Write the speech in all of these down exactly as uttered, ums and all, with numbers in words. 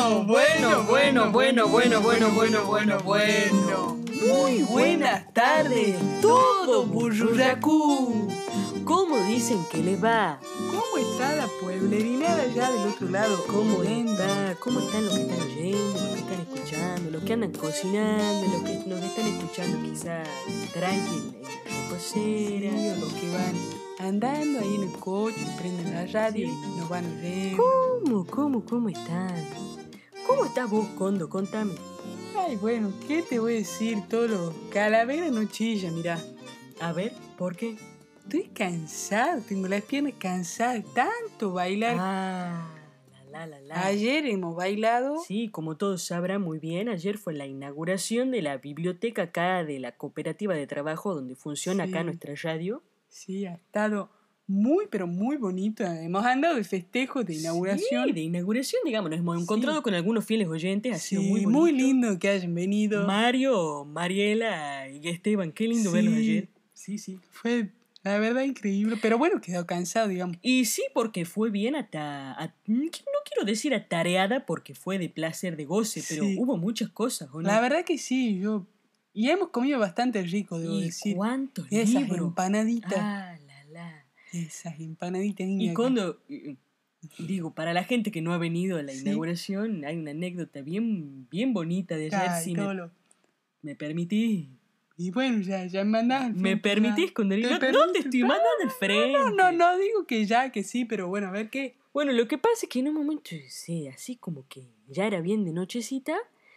Bueno, bueno, bueno, bueno, bueno, bueno, bueno, bueno, bueno. Muy buenas tardes, todo Bururacú. ¿Cómo dicen que les va? ¿Cómo está la pueblerinada allá del otro lado? ¿Cómo está? ¿Cómo están los que están oyendo, los que están escuchando, los que andan cocinando, los que nos están escuchando quizás tranqui en la reposera? Sí, o los que van andando ahí en el coche, prenden la radio Sí. y nos van oyendo. ¿Cómo, cómo, cómo están? ¿Cómo estás vos, Condo? Contame. Ay, bueno, ¿qué te voy a decir, Tolo? Calavera no chilla, mirá. A ver, ¿por qué? Estoy cansado, tengo las piernas cansadas de tanto bailar. Ah, la, la, la, la. Ayer hemos bailado. Sí, como todos sabrán muy bien, ayer fue la inauguración de la biblioteca acá de la cooperativa de trabajo donde funciona Sí. acá nuestra radio. Sí, ha estado muy, pero muy bonito. Hemos andado de festejos de inauguración. Sí, de inauguración, digamos, nos hemos Sí. encontrado con algunos fieles oyentes, ha Sí, sido muy muy, bonito. lindo que hayan venido. Mario, Mariela y Esteban, qué lindo Sí. verlos ayer. Sí, sí. Fue, la verdad, increíble. Pero bueno, quedó cansado, digamos. Y sí, porque fue bien ata... a- no quiero decir atareada porque fue de placer, de goce, pero Sí. hubo muchas cosas, ¿o no? La verdad que sí, yo... Y hemos comido bastante rico, debo ¿Y decir. cuántos Esas libros? empanaditas. Ah, la, la. Esas empanaditas, Y niña. cuando, eh, digo, para la gente que no ha venido a la Sí. inauguración, hay una anécdota bien, bien bonita de ayer, Ay, si me, Tolo. me permitís. Y bueno, ya, ya me andás al ¿Me frente, permitís, ya. Condorino? ¿Te No, no te permito? estoy mandando al frente. No, no, no, digo que ya, que sí, pero bueno, a ver qué. Bueno, lo que pasa es que en un momento, sí, así como que ya era bien de nochecita,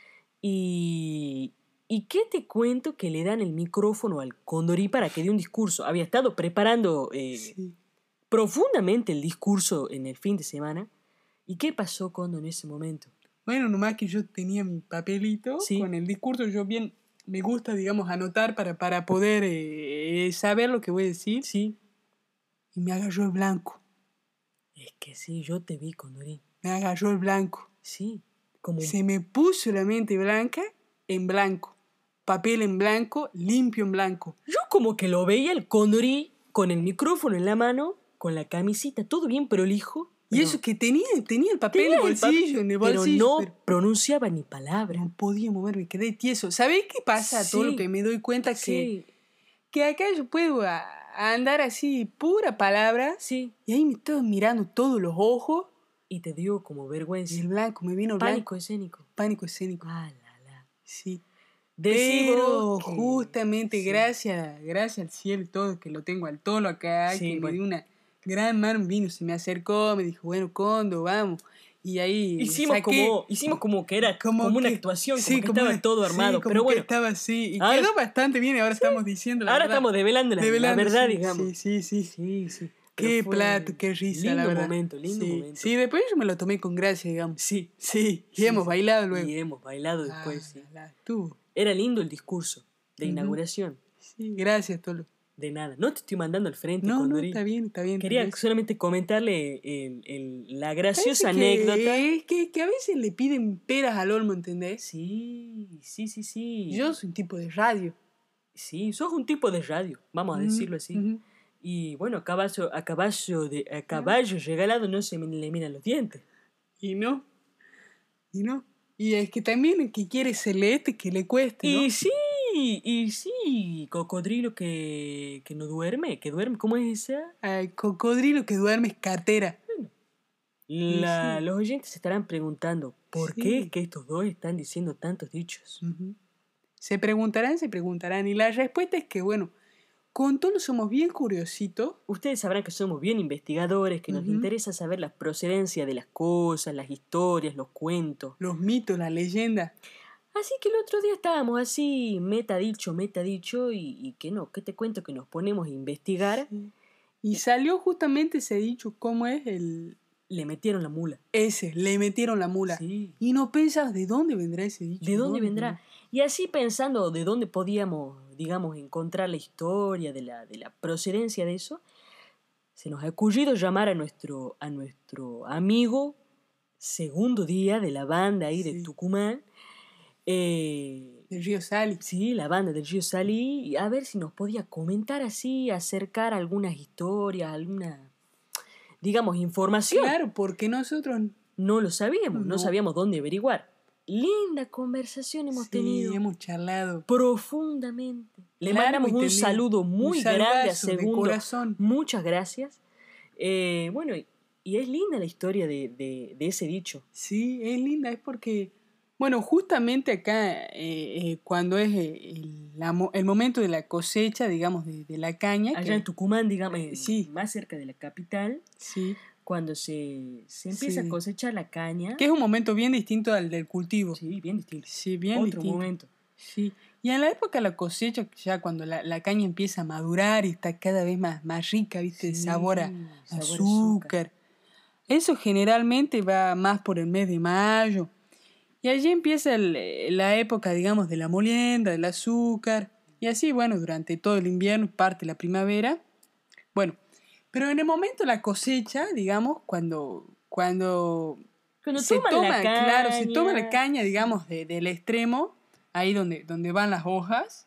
y... ¿Y qué te cuento que le dan el micrófono al Condorí para que dé un discurso? Había estado preparando eh, Sí. profundamente el discurso en el fin de semana. ¿Y qué pasó, Condo, en ese momento? Bueno, nomás que yo tenía mi papelito Sí. con el discurso, yo bien me gusta, digamos, anotar para, para poder eh, saber lo que voy a decir. Sí. Y me agarró el blanco, Es que sí, yo te vi, Condorí. me agarró el blanco. Sí, como... Se me puso la mente blanca en blanco. Papel en blanco, limpio en blanco. Yo como que lo veía el Condorí con el micrófono en la mano, con la camisita, todo bien prolijo. Y eso que tenía, tenía el papel en Tenía el el papel, bolsillo, en el bolsillo. pero no pero pronunciaba ni palabra. no podía moverme, quedé tieso. ¿Sabéis qué pasa? Sí. Todo lo que me doy cuenta que, Sí, que acá yo puedo a- a andar así, pura palabra. sí. Y ahí me estoy mirando todos los ojos. Y te dio como Y vergüenza. el blanco, me vino el Pánico blanco. escénico. Pánico escénico. Ah, la, la. Sí. Decí Pero vos que- justamente sí. gracias, gracias al cielo y todo, que lo tengo al Tolo acá, Sí, que bueno. me dio una gran mano, vino, se me acercó, me dijo, bueno, Condo, vamos. Y ahí Hicimos, saqué- como, hicimos como que era como, una que- actuación, sí, como que estaba una- todo sí, armado. como pero que bueno, estaba así. Y ahora- quedó bastante bien, y ahora estamos diciendo la ahora verdad. estamos develando la, la Develando, verdad, sí, digamos. Sí, sí, sí. Sí, sí. Qué Pero fue plato, qué risa, lindo la verdad. momento, lindo sí. momento. Sí, después yo me lo tomé con gracia, digamos. Sí. Sí, y Sí, hemos sí. bailado luego. Y hemos bailado después, Ah, sí. la- tú. Era lindo el discurso de Ujú. inauguración. Sí, gracias, Tolo. De nada. No te estoy mandando al frente, No, no, Condorí. está bien, está bien. Quería está bien. solamente comentarle el- el- la graciosa Parece que- anécdota. Es que, que a veces le piden peras al olmo, ¿entendés? Sí, sí, sí, sí. Yo soy un tipo de radio. Sí, sos un tipo de radio, vamos a decirlo así. Ujú. Y bueno, a caballo, a caballo, de, a caballo regalado no se me- le miran los dientes. Y no. Y no. Y es que también el que quiere celeste, que le cueste, ¿no? Y sí, y sí, cocodrilo que, que no duerme, que duerme, ¿cómo es esa? Al cocodrilo que duerme es cartera. La- sí. Los oyentes se estarán preguntando, ¿por Sí. qué es que estos dos están diciendo tantos dichos? Ujú. Se preguntarán, se preguntarán. Y la respuesta es que, bueno, con todos somos bien curiositos. Ustedes sabrán que somos bien investigadores, que nos Ujú. interesa saber la procedencia de las cosas, las historias, los cuentos. Los mitos, la leyenda. Así que el otro día estábamos así, meta dicho, meta dicho, y, y que no, ¿qué te cuento? Que nos ponemos a investigar, Sí. Y salió justamente ese dicho, ¿cómo es? El le metieron la mula. ese, le metieron la mula. Sí. Y no pensas de dónde vendrá ese dicho. ¿De dónde vendrá? Y así pensando de dónde podíamos, digamos, encontrar la historia de la, de la procedencia de eso, se nos ha ocurrido llamar a nuestro, a nuestro amigo Segundo Día de la banda ahí Sí. de Tucumán. Eh, El río Sali. sí, la banda del Río Salí, y a ver si nos podía comentar así, acercar algunas historias, alguna, digamos, información. Claro, porque nosotros no lo sabíamos, no, No. sabíamos dónde averiguar. Linda conversación hemos Sí, tenido. hemos charlado. Profundamente. Le Largo mandamos y un tendido. saludo muy Un grande a saludazo de Segundo. corazón. Muchas gracias. Eh, bueno, y, y es linda la historia de, de, de ese dicho. Sí, es linda, es porque, bueno, justamente acá, eh, eh, cuando es eh, el, la mo- el momento de la cosecha, digamos, de, de la caña. Allá que, en Tucumán, digamos, eh, sí. más cerca de la capital, Sí, cuando se, se empieza Sí. a cosechar la caña. que es un momento bien distinto al del cultivo. Sí, bien distinto. Sí, bien Otro distinto. momento. Sí, y en la época de la cosecha, ya cuando la, la caña empieza a madurar y está cada vez más, más rica, ¿viste? Sí, sabor a sabor a azúcar. Eso generalmente va más por el mes de mayo. Y allí empieza el- la época, digamos, de la molienda, del azúcar. Y así, bueno, durante todo el invierno, parte la primavera. Bueno, pero en el momento de la cosecha, digamos, cuando, cuando Cuando se toman toma, la caña. claro, se toma la caña, digamos, de- del extremo, ahí donde, donde van las hojas,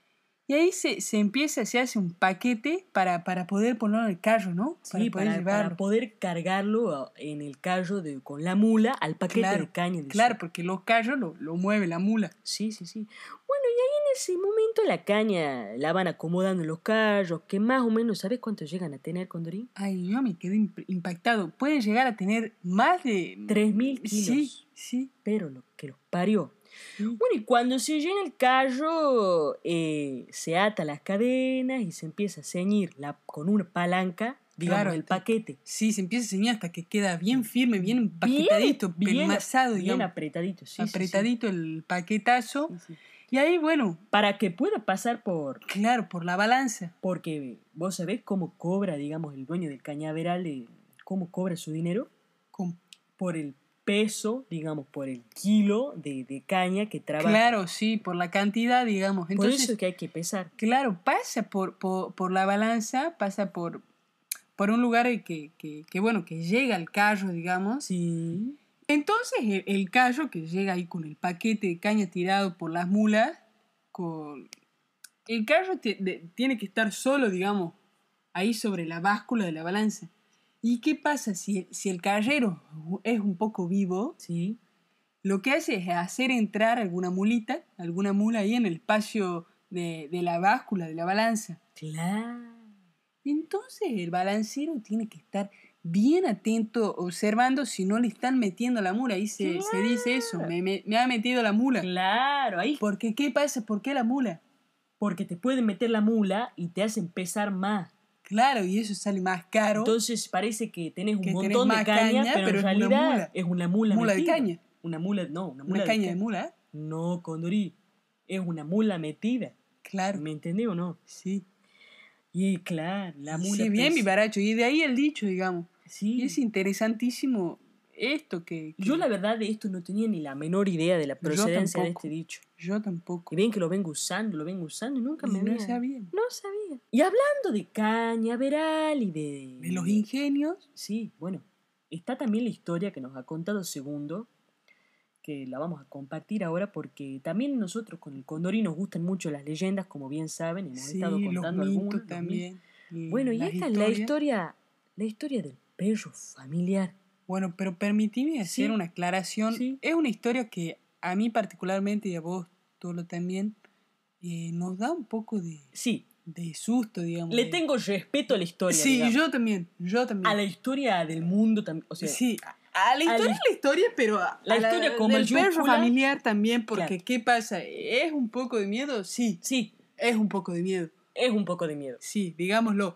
y ahí se, se empieza, se hace un paquete para, para poder ponerlo en el carro, ¿no? Sí, poder para, llevarlo. para poder cargarlo en el carro de, con la mula al paquete Claro, de caña. De claro, azúcar. porque los carros lo, lo mueve la mula. Sí, sí, sí. Bueno, y ahí en ese momento la caña la van acomodando en los carros, que más o menos, ¿sabes cuánto llegan a tener, Condorín? Ay, yo me quedé imp- impactado. Pueden llegar a tener más de... Tres mil kilos. Sí, sí. Pero lo que los parió. sí. Bueno, y cuando se llena el carro, eh, se ata las cadenas y se empieza a ceñir la, con una palanca, digamos, Claro, el te- paquete. Sí, se empieza a ceñir hasta que queda bien firme, bien empaquetadito, bien, pelmazado, bien digamos. apretadito. Sí, sí, sí. apretadito el paquetazo. Sí, sí. Y ahí, bueno, Para que pueda pasar por... claro, por la balanza. Porque vos sabés cómo cobra, digamos, el dueño del cañaveral, eh, cómo cobra su dinero. ¿Cómo? Por el peso, digamos, por el kilo de, de caña que trabaja. Claro, sí, por la cantidad, digamos. Por Entonces, eso es que hay que pesar. claro, pasa por, por, por la balanza, pasa por, por un lugar que, que, que, bueno, que llega al carro, digamos. Sí. Entonces, el, el carro que llega ahí con el paquete de caña tirado por las mulas, con... el carro te- de- tiene que estar solo, digamos, ahí sobre la báscula de la balanza. ¿Y qué pasa si, si el carrero es un poco vivo? Sí. Lo que hace es hacer entrar alguna mulita, alguna mula ahí en el espacio de, de la báscula, de la balanza. Claro. Entonces el balancero tiene que estar bien atento, observando si no le están metiendo la mula. Ahí se, se dice eso, me, me, me ha metido la mula. Claro, ahí. Porque, ¿qué pasa? ¿Por qué la mula? Porque te pueden meter la mula y te hacen pesar más. Claro, y eso sale más caro. Entonces parece que tenés un Que tenés montón de más caña, caña, pero, pero en es una realidad mula. es una mula Mula de metida. caña. Una mula, no, una mula Una de caña de caña. mula, ¿eh? No, Condorí, es una mula metida. Claro. ¿Me entendés o no? Sí. Y claro, la mula Sí, bien pesa. vivaracho. Y de ahí el dicho, digamos. Sí. Y es interesantísimo esto que... que Yo la verdad de esto no tenía ni la menor idea de la procedencia de tampoco. este dicho. Yo tampoco. Y bien que lo vengo usando, lo vengo usando y nunca Y me no había... sabía. No sabía. Y hablando de cañaveral y de... De los ingenios. Sí, bueno, está también la historia que nos ha contado Segundo, que la vamos a compartir ahora porque también nosotros con el Condorí nos gustan mucho las leyendas, como bien saben, hemos Sí, estado los contando mitos algunas. los también. mitos. Bueno, y las esta es la historias. historia, la historia del perro familiar. Bueno, pero permitime hacer Sí. una aclaración. Sí. Es una historia que a mí particularmente y a vos, Tolo, también, eh, nos da un poco de, Sí, de susto, digamos. le de- tengo respeto a la historia. Sí, digamos. yo también, yo también. A la historia del mundo también. O sea, sí, a a la a historia la- es la historia, pero a, la a historia con del perro mayúscula. familiar también, porque Claro. ¿qué pasa? ¿Es un poco de miedo? Sí, sí, es un poco de miedo. es un poco de miedo. Sí, digámoslo.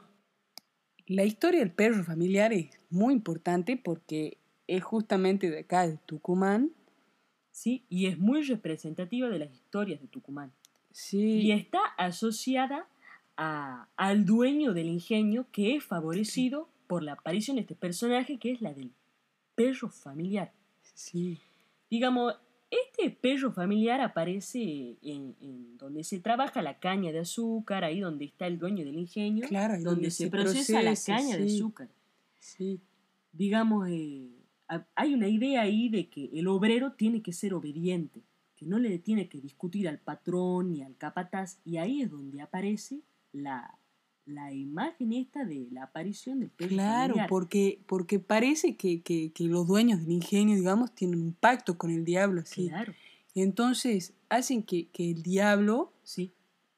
La historia del perro familiar es muy importante porque es justamente de acá, de Tucumán. Sí, y es muy representativa de las historias de Tucumán. Sí. Y está asociada a, al dueño del ingenio que es favorecido por la aparición de este personaje que es la del perro familiar. Sí. Digamos, este perro familiar aparece en, en donde se trabaja la caña de azúcar, ahí donde está el dueño del ingenio, Claro, ahí donde, donde se, se procesa, procesa, la caña de sí. azúcar. Sí. Digamos, eh, ha- hay una idea ahí de que el obrero tiene que ser obediente, que no le tiene que discutir al patrón ni al capataz, y ahí es donde aparece la, la imagen esta de la aparición del perro Claro, familiar. porque, porque parece que, que, que los dueños del ingenio, digamos, tienen un pacto con el diablo, así. Claro, Y entonces hacen que, que el diablo sí,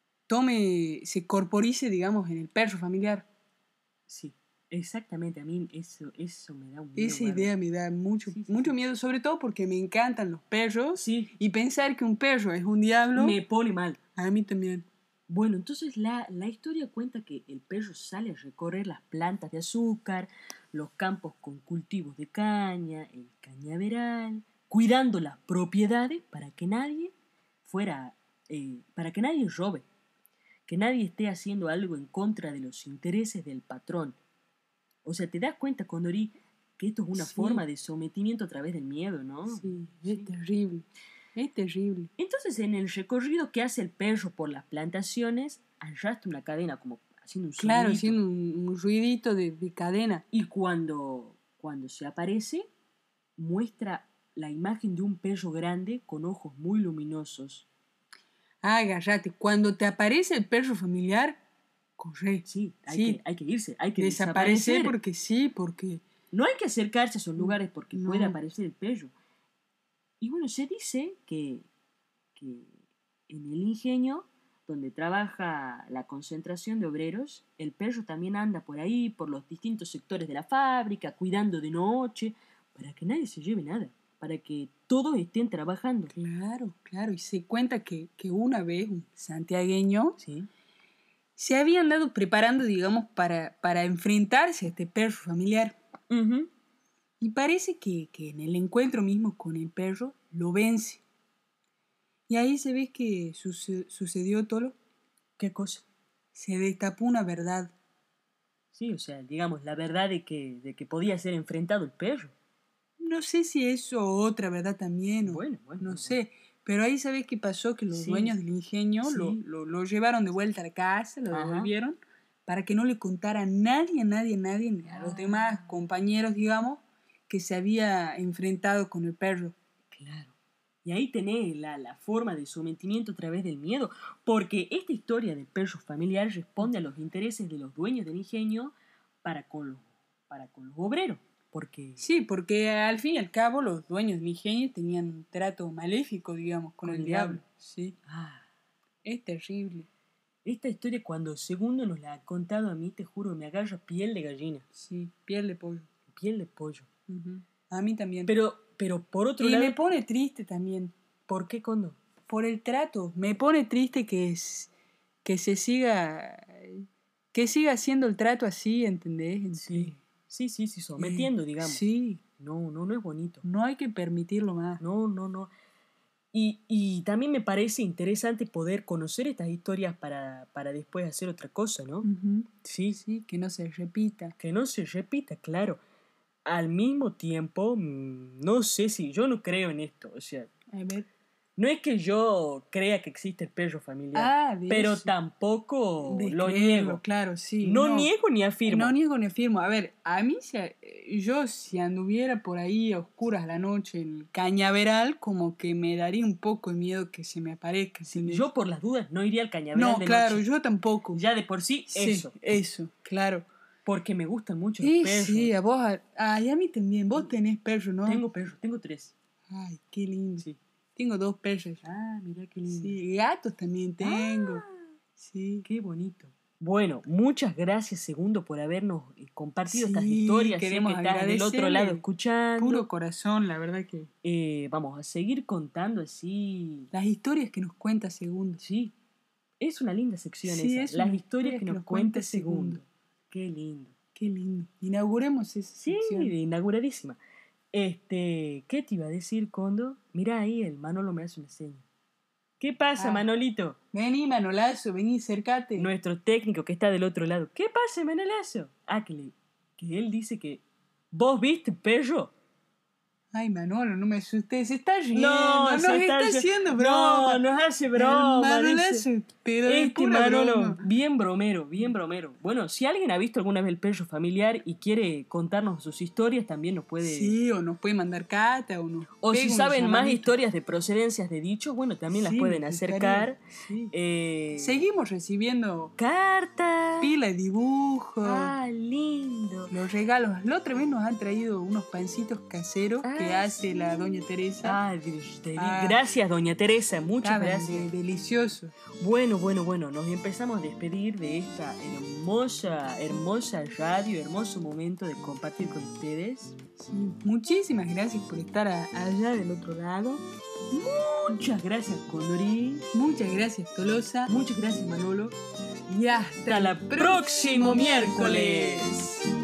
tome, se corporice, digamos, en el perro familiar. sí. Exactamente, a mí eso, eso me da un miedo. Esa bárbaro. idea me da mucho, Sí, sí, mucho sí. miedo, sobre todo porque me encantan los perros. Sí. Y pensar que un perro es un diablo, Me pone mal. a mí también. Bueno, entonces la, la historia cuenta que el perro sale a recorrer las plantas de azúcar, los campos con cultivos de caña, el cañaveral, cuidando las propiedades para que nadie fuera, eh, para que nadie robe, que nadie esté haciendo algo en contra de los intereses del patrón. O sea, te das cuenta, Condori, que esto es una Sí. forma de sometimiento a través del miedo, ¿no? Sí, es terrible. Es terrible. Entonces, en el recorrido que hace el perro por las plantaciones, arrastra una cadena como haciendo un Claro, sonidito. haciendo un, un ruidito de, de cadena. Y cuando, cuando se aparece, muestra la imagen de un perro grande con ojos muy luminosos. Ah, agarrate. Cuando te aparece el perro familiar, corre. Sí, hay, Sí. Que, hay que irse, hay que Desaparece desaparecer. porque sí, porque... No hay que acercarse a esos lugares porque No. puede aparecer el perro. Y bueno, se dice que, que en el ingenio donde trabaja la concentración de obreros, el perro también anda por ahí, por los distintos sectores de la fábrica, cuidando de noche, para que nadie se lleve nada, para que todos estén trabajando. Claro, claro. Y se cuenta que, que una vez un santiagueño Sí, se había andado preparando, digamos, para, para enfrentarse a este perro familiar. Ujú. Y parece que, que en el encuentro mismo con el perro lo vence. Y ahí se ve que suce- sucedió todo. ¿Qué cosa? Se destapó una verdad. Sí, o sea, digamos, la verdad de que, de que podía ser enfrentado el perro. No sé si eso o otra verdad también, o Bueno, bueno, no bueno, sé. Pero ahí sabes qué pasó, que los Sí. dueños del ingenio Sí. lo, lo, lo llevaron de vuelta a la casa, lo Ajá. devolvieron, para que no le contara a nadie, a nadie, a nadie, ni a los Ah. demás compañeros, digamos, que se había enfrentado con el perro. Claro. Y ahí tenés la, la forma de sometimiento a través del miedo, porque esta historia del perro familiar responde a los intereses de los dueños del ingenio para con los, para con los obreros. Porque Sí, porque al fin y al cabo los dueños del ingenio tenían un trato maléfico, digamos, con, Con el el diablo. diablo. Sí, ah, es terrible. esta historia cuando Segundo nos la ha contado a mí, te juro, me agarra piel de gallina, Sí, piel de pollo. piel de pollo. Ujú. A mí también. Pero, pero por otro y lado, me pone triste también. ¿por qué Condo? Por el trato. Me pone triste que, es, que se siga, que siga haciendo el trato así, ¿entendés? Entre- Sí, sí, sí, sí, sometiendo, eh, digamos. Sí, No, no, no es bonito. no hay que permitirlo más. No, no, no. Y, y también me parece interesante poder conocer estas historias para, para después hacer otra cosa, ¿no? Ujú. Sí, Sí, que no se repita. que no se repita, claro. Al mismo tiempo, mm, no sé si yo no creo en esto, o sea, A ver. no es que yo crea que existe el perro familiar, Ah, de pero eso. tampoco De lo creerlo, niego. claro, sí. No, niego ni afirmo. No niego ni afirmo. A ver, a mí, si a- yo si anduviera por ahí a oscuras la noche en el cañaveral, como que me daría un poco de miedo que se me aparezca. ¿entendés? Yo por las dudas no iría al cañaveral No, de claro, noche. yo tampoco. Ya de por sí, Sí, eso. eso, claro. Porque me gustan mucho los Y perros. sí, a vos, a, ay, a mí también. Vos tenés perro, ¿no? Tengo perros, tengo tres. Ay, qué lindo. Sí. Tengo dos perros. Ah, mira qué lindo. Sí, gatos también tengo. Ah, Sí. qué bonito. Bueno, muchas gracias, Segundo, por habernos eh, compartido Sí, estas historias. Sé queremos que estás del otro lado agradecerle. escuchando. Puro corazón, la verdad que... Eh, vamos a seguir contando así. Las historias que nos cuenta Segundo. Sí, es una linda sección Sí, esa. es Las una historias que, nos cuenta Segundo. Segundo. Qué lindo. Qué lindo. Inauguremos esa Sí, sección. inauguradísima. Este, ¿qué te iba a decir, Condo? Mira ahí, el Manolo me hace una seña. ¿Qué pasa, Ah. Manolito? Vení, Manolazo, vení, acércate. Nuestro técnico que está del otro lado. ¿Qué pasa, Manolazo? Ah, que, le- que él dice que... ¿Vos viste, perro? Ay, Manolo, no me asustes, se está riendo, No, nos se está, está- haciendo No, broma. nos hace broma. Manolazo, dice. pero de Este pura Manolo, broma. bien bromero, bien bromero. Bueno, si alguien ha visto alguna vez el perro familiar y quiere contarnos sus historias, también nos puede... Sí, o nos puede mandar carta, o nos O pega si una saben más llamadita. historias de procedencias de dichos, bueno, también las Sí, pueden me acercar. gustaría, sí. Eh, Seguimos recibiendo Cartas. pila de dibujos, Ah, lindo. los regalos. La otra vez nos han traído unos pancitos caseros Ah, que hace sí. la doña Teresa. Ah, Dios, te- Ah. gracias, doña Teresa, muchas Estaban gracias. de- deliciosos. Bueno, bueno, bueno, nos empezamos a despedir de esta hermosa, hermosa radio, hermoso momento de compartir con ustedes. Sí, muchísimas gracias por estar a- allá del otro lado. Muchas gracias, Condorí. Muchas gracias, Tolosa. Muchas gracias, Manolo. Y hasta Hasta el próximo miércoles.